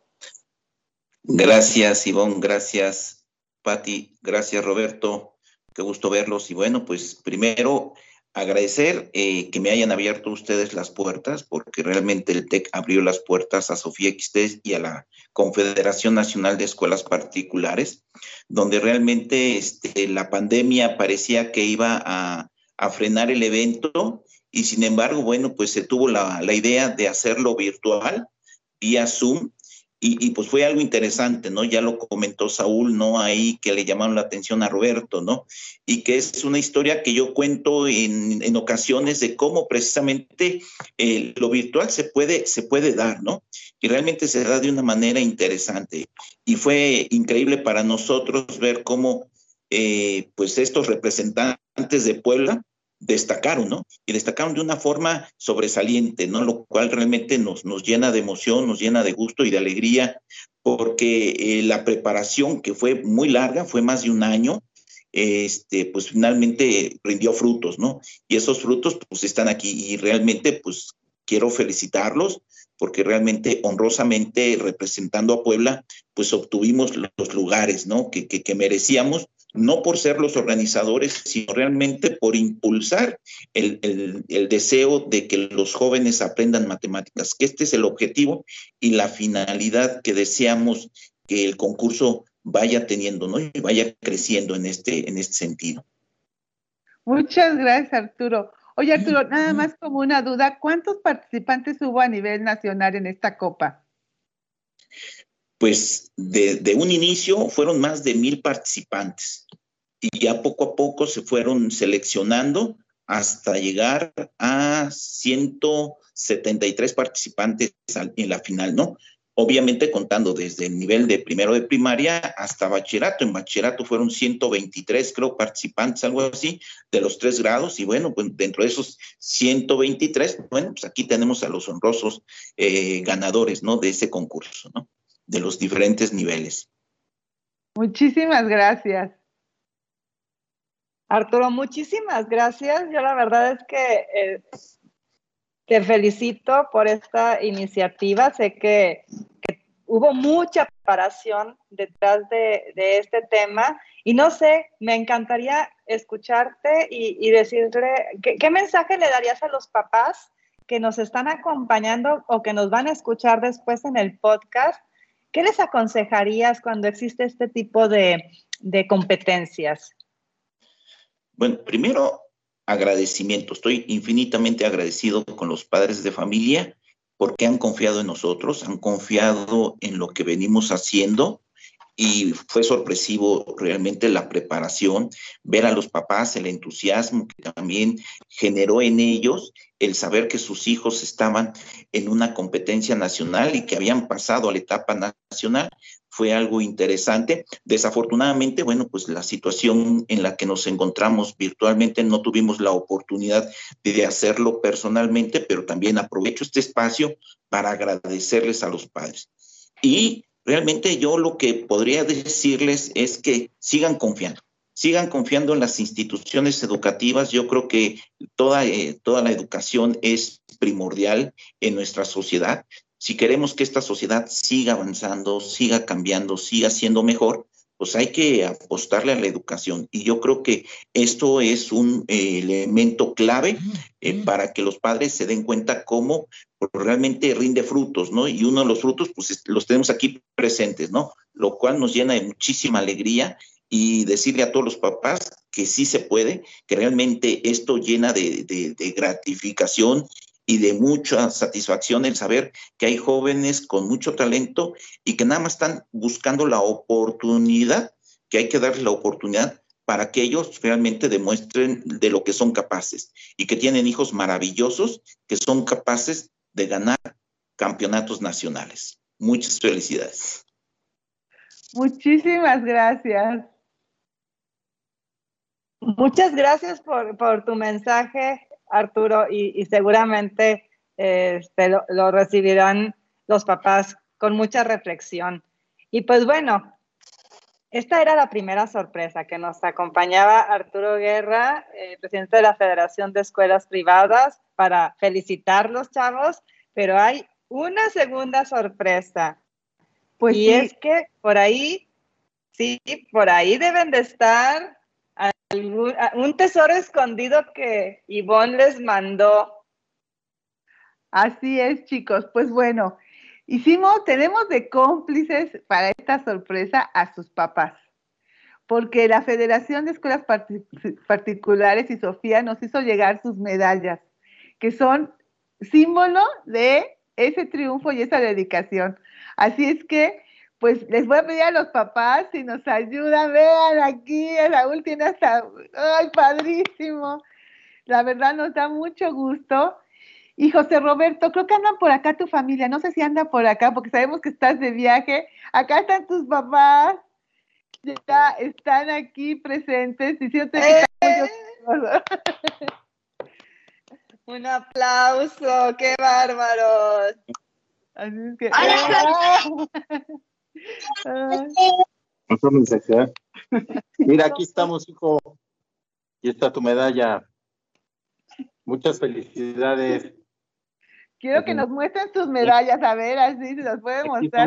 Gracias, Ivonne, gracias, Pati, gracias, Roberto, qué gusto verlos. Y bueno, pues primero agradecer eh, que me hayan abierto ustedes las puertas, porque realmente el TEC abrió las puertas a Sofía Esquisté y a la Confederación Nacional de Escuelas Particulares, donde realmente este, la pandemia parecía que iba a, a frenar el evento, y sin embargo, bueno, pues se tuvo la, la idea de hacerlo virtual, vía Zoom, y, y pues fue algo interesante, ¿no? Ya lo comentó Saúl, ¿no? Ahí que le llamaron la atención a Roberto, ¿no? Y que es una historia que yo cuento en, en ocasiones de cómo precisamente eh, lo virtual se puede, se puede dar, ¿no? Y realmente se da de una manera interesante. Y fue increíble para nosotros ver cómo eh, pues estos representantes de Puebla destacaron, ¿no? Y destacaron de una forma sobresaliente, ¿no? Lo cual realmente nos, nos llena de emoción, nos llena de gusto y de alegría, porque eh, la preparación, que fue muy larga, fue más de un año, este, pues finalmente rindió frutos, ¿no? Y esos frutos, pues están aquí, y realmente, pues quiero felicitarlos, porque realmente, honrosamente, representando a Puebla, pues obtuvimos los lugares, ¿no? Que, que, que merecíamos, no por ser los organizadores, sino realmente por impulsar el, el, el deseo de que los jóvenes aprendan matemáticas, que este es el objetivo y la finalidad que deseamos que el concurso vaya teniendo, ¿no? Y vaya creciendo en este, en este sentido. Muchas gracias, Arturo. Oye, Arturo, nada más como una duda, ¿cuántos participantes hubo a nivel nacional en esta Copa? Pues de, de un inicio fueron más de mil participantes y ya poco a poco se fueron seleccionando hasta llegar a ciento setenta y tres participantes en la final, ¿no? Obviamente contando desde el nivel de primero de primaria hasta bachillerato. En bachillerato fueron ciento veintitrés, creo, participantes, algo así, de los tres grados. Y bueno, pues dentro de esos ciento veintitrés, bueno, pues aquí tenemos a los honrosos eh, ganadores, ¿no? De ese concurso, ¿no? De los diferentes niveles. Muchísimas gracias. Arturo, muchísimas gracias. Yo la verdad es que eh, te felicito por esta iniciativa. Sé que, que hubo mucha preparación detrás de, de este tema y no sé, me encantaría escucharte y, y decirle, ¿qué, ¿qué mensaje le darías a los papás que nos están acompañando o que nos van a escuchar después en el podcast? ¿Qué les aconsejarías cuando existe este tipo de, de competencias? Bueno, primero, agradecimiento. Estoy infinitamente agradecido con los padres de familia porque han confiado en nosotros, han confiado en lo que venimos haciendo y fue sorpresivo realmente la preparación, ver a los papás, el entusiasmo que también generó en ellos, el saber que sus hijos estaban en una competencia nacional y que habían pasado a la etapa nacional. Fue algo interesante. Desafortunadamente, bueno, pues la situación en la que nos encontramos virtualmente no tuvimos la oportunidad de hacerlo personalmente, pero también aprovecho este espacio para agradecerles a los padres. Y realmente yo lo que podría decirles es que sigan confiando, sigan confiando en las instituciones educativas. Yo creo que toda, eh, toda la educación es primordial en nuestra sociedad. Si queremos que esta sociedad siga avanzando, siga cambiando, siga siendo mejor, pues hay que apostarle a la educación. Y yo creo que esto es un eh, elemento clave eh, para que los padres se den cuenta cómo realmente rinde frutos, ¿no? Y uno de los frutos, pues los tenemos aquí presentes, ¿no? Lo cual nos llena de muchísima alegría y decirle a todos los papás que sí se puede, que realmente esto llena de, de, de gratificación y de mucha satisfacción el saber que hay jóvenes con mucho talento y que nada más están buscando la oportunidad, que hay que darles la oportunidad para que ellos realmente demuestren de lo que son capaces y que tienen hijos maravillosos que son capaces de ganar campeonatos nacionales. Muchas felicidades. Muchísimas gracias. Muchas gracias por, por tu mensaje, Arturo, y, y seguramente este, lo, lo recibirán los papás con mucha reflexión. Y pues bueno, esta era la primera sorpresa, que nos acompañaba Arturo Guerra, eh, presidente de la Federación de Escuelas Privadas, para felicitarlos, chavos, pero hay una segunda sorpresa. Pues y sí. Es que por ahí, sí, por ahí deben de estar algún, un tesoro escondido que Ivonne les mandó. Así es, chicos. Pues bueno, hicimos, tenemos de cómplices para esta sorpresa a sus papás, porque la Federación de Escuelas Partic- Particulares y Sofía nos hizo llegar sus medallas, que son símbolo de ese triunfo y esa dedicación. Así es que, pues, les voy a pedir a los papás si nos ayudan. Vean aquí, Raúl tiene hasta, ¡ay, padrísimo! La verdad nos da mucho gusto. Y José Roberto, creo que andan por acá tu familia, no sé si anda por acá, porque sabemos que estás de viaje. Acá están tus papás, ya están aquí presentes, diciéndote que ¡Eh! están muy orgullosos. Un aplauso, qué bárbaros. Así es que, mira, aquí estamos, hijo. Y está tu medalla. Muchas felicidades. Quiero que nos muestren sus medallas, a ver, así se los puede mostrar.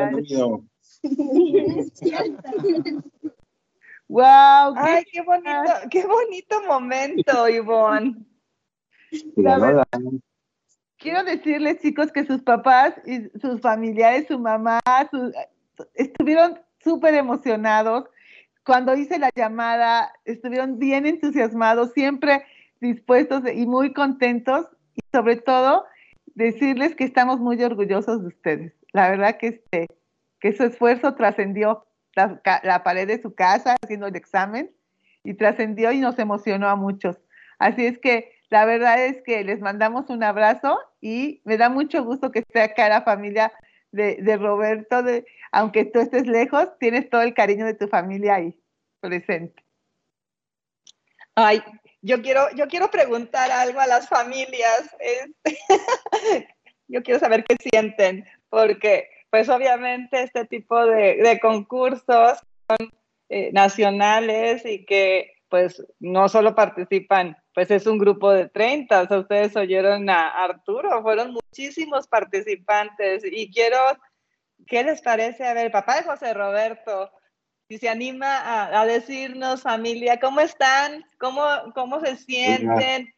Wow, ay, qué bonito, qué bonito momento, Ivonne. Verdad, quiero decirles, chicos, que sus papás y sus familiares, su mamá, sus, estuvieron súper emocionados. Cuando hice la llamada, estuvieron bien entusiasmados. Siempre dispuestos y muy contentos, y sobre todo decirles que estamos muy orgullosos de ustedes. La verdad que, este, que su esfuerzo trascendió la, la pared de su casa haciendo el examen, y trascendió y nos emocionó a muchos. Así es que la verdad es que les mandamos un abrazo y me da mucho gusto que esté acá la familia de, de Roberto. De, aunque tú estés lejos, tienes todo el cariño de tu familia ahí presente. Ay, yo quiero, yo quiero preguntar algo a las familias. Este, yo quiero saber qué sienten, porque pues obviamente este tipo de, de concursos son eh, nacionales y que pues no solo participan, pues es un grupo de treinta, o sea, ustedes oyeron a Arturo, fueron muchísimos participantes, y quiero, ¿qué les parece? A ver, papá de José Roberto, si se anima a, a decirnos, familia, ¿cómo están? ¿Cómo, cómo se sienten?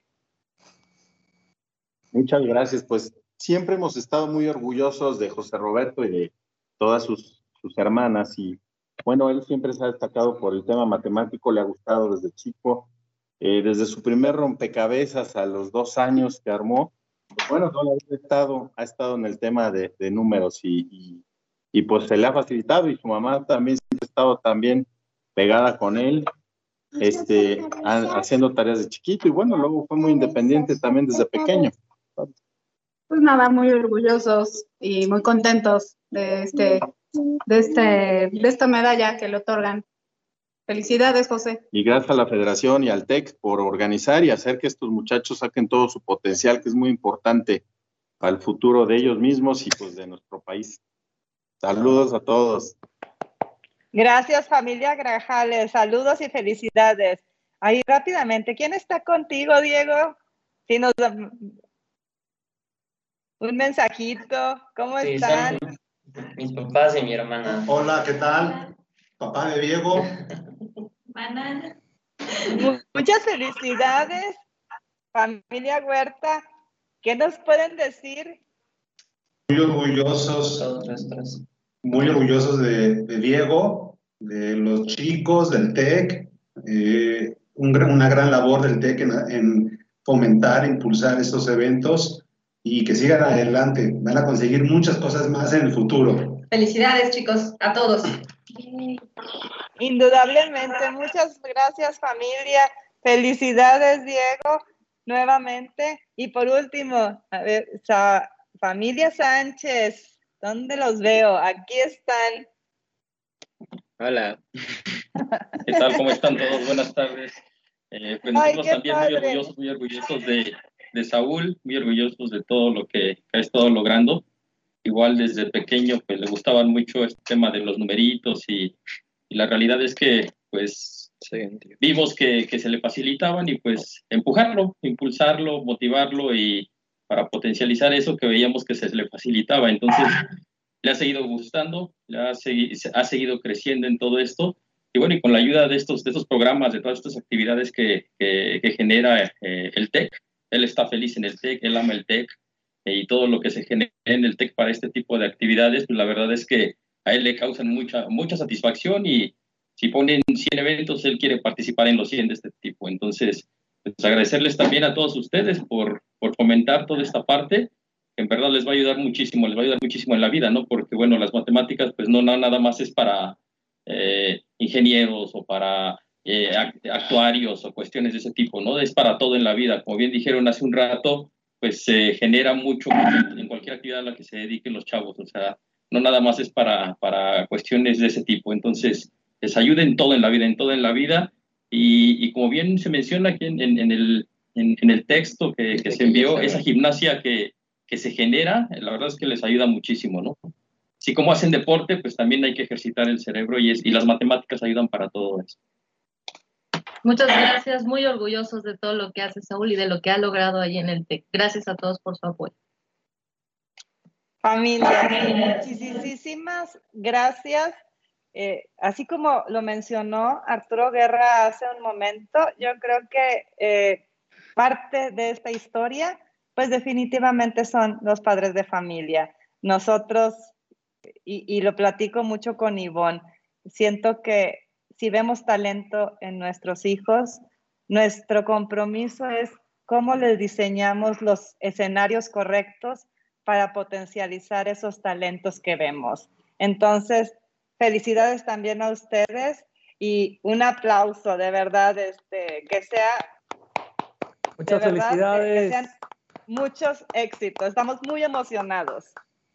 Muchas gracias, pues siempre hemos estado muy orgullosos de José Roberto y de todas sus, sus hermanas, y bueno, él siempre se ha destacado por el tema matemático, le ha gustado desde chico, eh, desde su primer rompecabezas a los dos años que armó, pues bueno, toda la vida ha estado, ha estado en el tema de, de números y, y, y pues se le ha facilitado, y su mamá también siempre ha estado también pegada con él, este, a, haciendo tareas de chiquito, y bueno, luego fue muy independiente también desde pequeño. Pues nada, muy orgullosos y muy contentos de este, de este, de esta medalla que le otorgan. Felicidades, José. Y gracias a la Federación y al TEC por organizar y hacer que estos muchachos saquen todo su potencial, que es muy importante para el futuro de ellos mismos y pues de nuestro país. Saludos a todos. Gracias, familia Grajales. Saludos y felicidades. Ahí rápidamente, ¿quién está contigo, Diego? Si nos da un mensajito, ¿cómo Sí, están? son mis papás y mi hermana. Hola, ¿qué tal? Papá de Diego. Muchas felicidades, familia Huerta. ¿Qué nos pueden decir? Muy orgullosos, muy orgullosos de, de Diego, de los chicos, del TEC, eh, un, una gran labor del TEC en, en fomentar, impulsar estos eventos, y que sigan adelante. Van a conseguir muchas cosas más en el futuro. Felicidades, chicos, a todos. Indudablemente, muchas gracias, familia. Felicidades, Diego, nuevamente. Y por último, a ver, sa familia Sánchez, ¿dónde los veo? Aquí están. Hola. ¿Qué tal? ¿Cómo están todos? Buenas tardes. Eh, pues Ay, nosotros también padre. muy orgullosos, muy orgullosos de, de Saúl, muy orgullosos de todo lo que ha estado logrando. Igual desde pequeño pues le gustaban mucho este tema de los numeritos, y, y la realidad es que pues sí, vimos que, que se le facilitaban, y pues empujarlo, impulsarlo, motivarlo, y para potencializar eso que veíamos que se le facilitaba. Entonces le ha seguido gustando, le ha, segui ha seguido creciendo en todo esto, y bueno, y con la ayuda de estos, de estos programas, de todas estas actividades que, que, que genera eh, el TEC, él está feliz en el TEC, él ama el TEC, eh, y todo lo que se genera en el TEC para este tipo de actividades, pues la verdad es que a él le causan mucha, mucha satisfacción, y si ponen cien eventos, él quiere participar en los cien de este tipo. Entonces, pues agradecerles también a todos ustedes por, por fomentar toda esta parte, que en verdad les va a ayudar muchísimo, les va a ayudar muchísimo en la vida, ¿no? Porque, bueno, las matemáticas, pues no, no nada más es para eh, ingenieros o para eh, actuarios o cuestiones de ese tipo, ¿no? Es para todo en la vida. Como bien dijeron hace un rato, pues se genera mucho, mucho en cualquier actividad a la que se dediquen los chavos, o sea, no nada más es para, para cuestiones de ese tipo. Entonces, les ayuda en todo en la vida, en todo en la vida, y, y como bien se menciona aquí en, en, en, el, en, en el texto que, que se envió, esa gimnasia que, que se genera, la verdad es que les ayuda muchísimo, ¿no? Si como hacen deporte, pues también hay que ejercitar el cerebro, y, es, y las matemáticas ayudan para todo eso. Muchas gracias, muy orgullosos de todo lo que hace Saúl y de lo que ha logrado ahí en el TEC. Gracias a todos por su apoyo. Familia, muchísimas gracias. Eh, así como lo mencionó Arturo Guerra hace un momento, yo creo que eh, parte de esta historia, pues definitivamente son los padres de familia. Nosotros, y, y lo platico mucho con Ivonne, siento que si vemos talento en nuestros hijos, nuestro compromiso es cómo les diseñamos los escenarios correctos para potencializar esos talentos que vemos. Entonces, felicidades también a ustedes y un aplauso, de verdad, este, que sea... Muchas de verdad, felicidades. Que, que sean muchos éxitos. Estamos muy emocionados.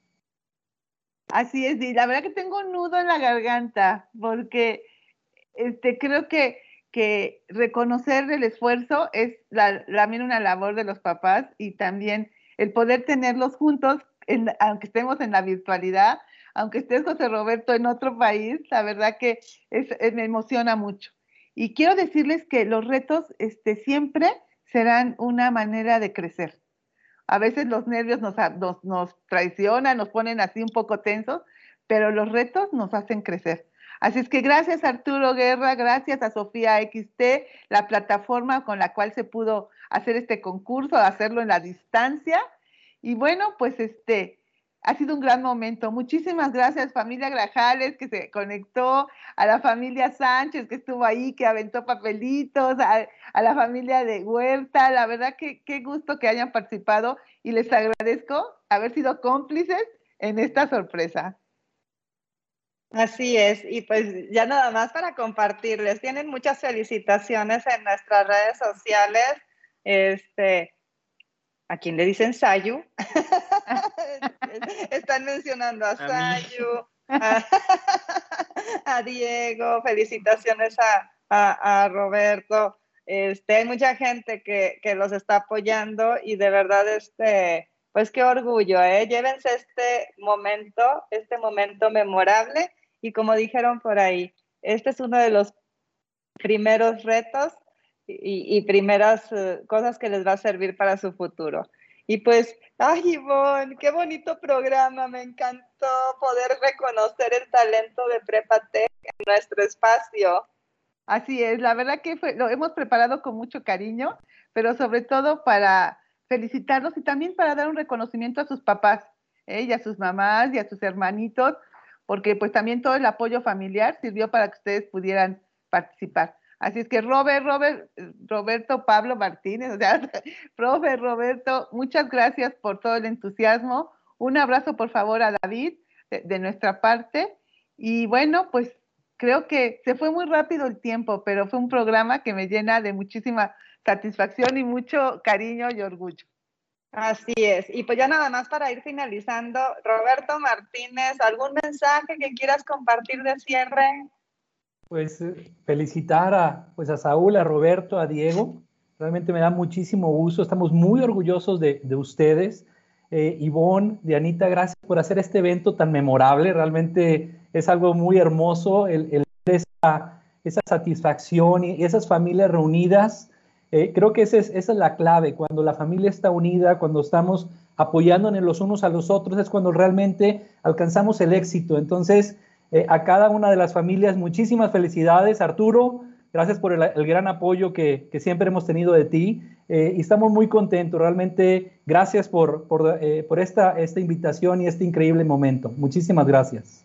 Así es, y la verdad que tengo un nudo en la garganta, porque este, creo que, que reconocer el esfuerzo es la, también una labor de los papás y también el poder tenerlos juntos, en, aunque estemos en la virtualidad, aunque estés José Roberto en otro país, la verdad que es, es, me emociona mucho. Y quiero decirles que los retos este, siempre serán una manera de crecer. A veces los nervios nos, nos, nos traicionan, nos ponen así un poco tensos, pero los retos nos hacen crecer. Así es que gracias a Arturo Guerra, gracias a Sofía X T, la plataforma con la cual se pudo hacer este concurso, hacerlo en la distancia. Y bueno, pues este... ha sido un gran momento. Muchísimas gracias, familia Grajales, que se conectó, a la familia Sánchez, que estuvo ahí, que aventó papelitos, a, a la familia de Huerta. La verdad que qué gusto que hayan participado y les agradezco haber sido cómplices en esta sorpresa. Así es, y pues ya nada más para compartirles, tienen muchas felicitaciones en nuestras redes sociales. Este... ¿A quién le dicen Sayu? Están mencionando a, a Sayu, a, a Diego, felicitaciones a, a, a Roberto. Este, hay mucha gente que, que los está apoyando y de verdad, este, pues qué orgullo, ¿eh? Llévense este momento, este momento memorable y como dijeron por ahí, este es uno de los primeros retos Y, y primeras uh, cosas que les va a servir para su futuro. Y pues, ay, Ivonne, qué bonito programa, me encantó poder reconocer el talento de Prepatec en nuestro espacio. Así es, la verdad que fue, lo hemos preparado con mucho cariño, pero sobre todo para felicitarlos y también para dar un reconocimiento a sus papás, ¿eh? Y a sus mamás y a sus hermanitos, porque pues también todo el apoyo familiar sirvió para que ustedes pudieran participar. Así es que Robert, Robert, Roberto Pablo Martínez, o sea, profe Roberto, muchas gracias por todo el entusiasmo. Un abrazo, por favor, a David de, de nuestra parte. Y bueno, pues creo que se fue muy rápido el tiempo, pero fue un programa que me llena de muchísima satisfacción y mucho cariño y orgullo. Así es. Y pues ya nada más para ir finalizando, Roberto Martínez, ¿algún mensaje que quieras compartir de cierre? Pues felicitar a, pues a Saúl, a Roberto, a Diego. Realmente me da muchísimo gusto. Estamos muy orgullosos de, de ustedes. Eh, Ivonne, Dianita, gracias por hacer este evento tan memorable. Realmente es algo muy hermoso el, el esa, esa satisfacción y esas familias reunidas. Eh, creo que esa es, esa es la clave. Cuando la familia está unida, cuando estamos apoyándonos los unos a los otros, es cuando realmente alcanzamos el éxito. Entonces, Eh, a cada una de las familias, muchísimas felicidades, Arturo, gracias por el, el gran apoyo que, que siempre hemos tenido de ti eh, y estamos muy contentos, realmente gracias por, por, eh, por esta, esta invitación y este increíble momento. Muchísimas gracias.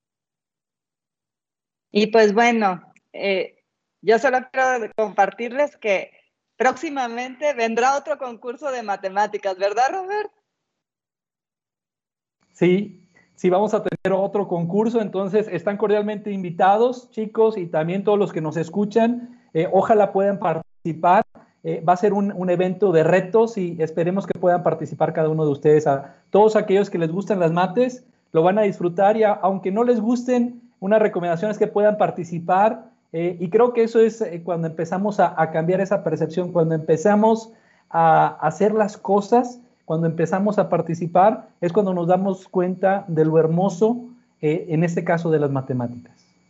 Y pues bueno, eh, yo solo quiero compartirles que próximamente vendrá otro concurso de matemáticas, ¿verdad, Robert? Sí. Sí, vamos a tener otro concurso, entonces están cordialmente invitados, chicos, y también todos los que nos escuchan, eh, ojalá puedan participar, eh, va a ser un, un evento de retos y esperemos que puedan participar cada uno de ustedes. A todos aquellos que les gustan las mates, lo van a disfrutar y a, aunque no les gusten, una recomendación es que puedan participar eh, y creo que eso es eh, cuando empezamos a, a cambiar esa percepción, cuando empezamos a, a hacer las cosas. Cuando empezamos a participar es cuando nos damos cuenta de lo hermoso, eh, en este caso de las matemáticas.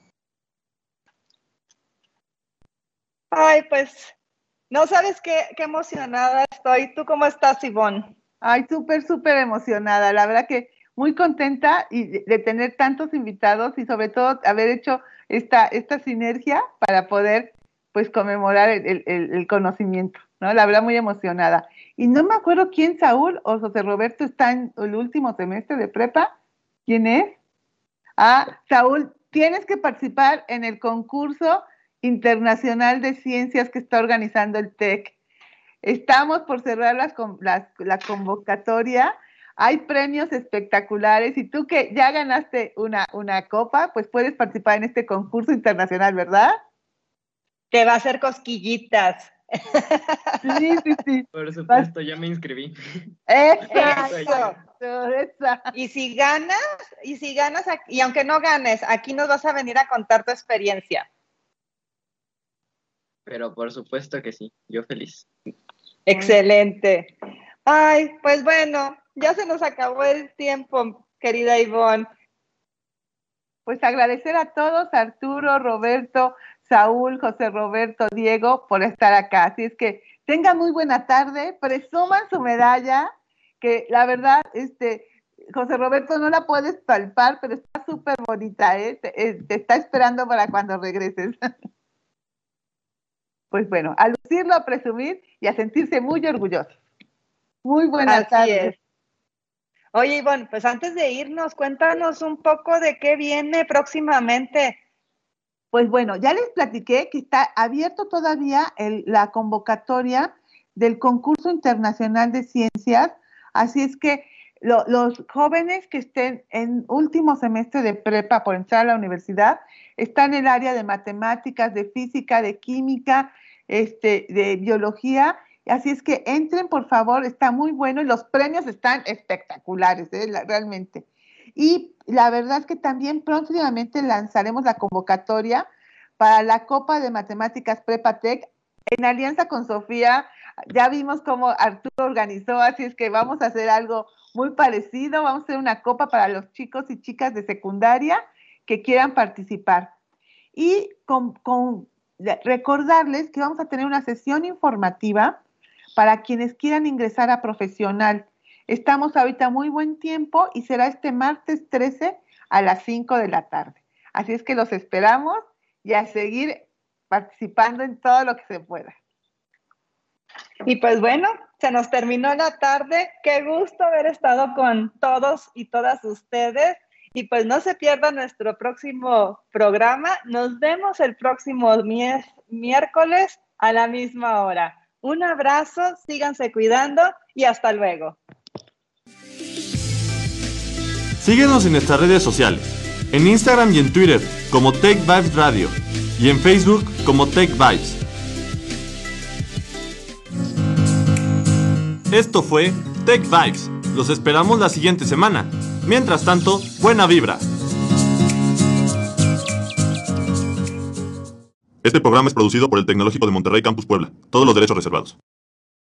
Ay, pues, no sabes qué, qué emocionada estoy. ¿Tú cómo estás, Ivonne? Ay, súper, súper emocionada. La verdad que muy contenta y de, de tener tantos invitados y sobre todo haber hecho esta, esta sinergia para poder, pues, conmemorar el, el, el conocimiento, ¿no? La verdad, muy emocionada. Y no me acuerdo quién, Saúl o José Roberto, está en el último semestre de prepa. ¿Quién es? Ah, Saúl, tienes que participar en el concurso Internacional de Ciencias que está organizando el TEC. Estamos por cerrar las, las, la convocatoria. Hay premios espectaculares y tú que ya ganaste una, una copa, pues puedes participar en este concurso internacional, ¿verdad? Te va a hacer cosquillitas. Sí, sí, sí. Por supuesto, ya me inscribí. Exacto. Y si ganas, y si ganas, y aunque no ganes, aquí nos vas a venir a contar tu experiencia. Pero por supuesto que sí, yo feliz. Excelente. Ay, pues bueno, ya se nos acabó el tiempo, querida Ivonne. Pues agradecer a todos, Arturo, Roberto, Saúl, José Roberto, Diego, por estar acá. Así es que tengan muy buena tarde, presuman su medalla, que la verdad, este, José Roberto, no la puedes palpar, pero está súper bonita, ¿eh? Te, te está esperando para cuando regreses. Pues bueno, a lucirlo, a presumir y a sentirse muy orgulloso. Muy buenas tardes. Oye, Ivonne, pues antes de irnos, cuéntanos un poco de qué viene próximamente. Pues bueno, ya les platiqué que está abierto todavía el, la convocatoria del concurso internacional de ciencias, así es que lo, los jóvenes que estén en último semestre de prepa por entrar a la universidad, están en el área de matemáticas, de física, de química, este, de biología. Así es que entren, por favor, está muy bueno y los premios están espectaculares, ¿eh? La, realmente. Y la verdad es que también próximamente lanzaremos la convocatoria para la Copa de Matemáticas Prepa Tech en alianza con Sofía. Ya vimos cómo Arturo organizó, así es que vamos a hacer algo muy parecido. Vamos a hacer una copa para los chicos y chicas de secundaria que quieran participar. Y con, con recordarles que vamos a tener una sesión informativa para quienes quieran ingresar a profesional. Estamos ahorita muy buen tiempo y será este martes trece a las cinco de la tarde. Así es que los esperamos y a seguir participando en todo lo que se pueda. Y pues bueno, se nos terminó la tarde. Qué gusto haber estado con todos y todas ustedes. Y pues no se pierdan nuestro próximo programa. Nos vemos el próximo miércoles a la misma hora. Un abrazo, síganse cuidando y hasta luego. Síguenos en nuestras redes sociales, en Instagram y en Twitter como Tech Vibes Radio y en Facebook como Tech Vibes. Esto fue Tech Vibes. Los esperamos la siguiente semana. Mientras tanto, buena vibra. Este programa es producido por el Tecnológico de Monterrey Campus Puebla. Todos los derechos reservados.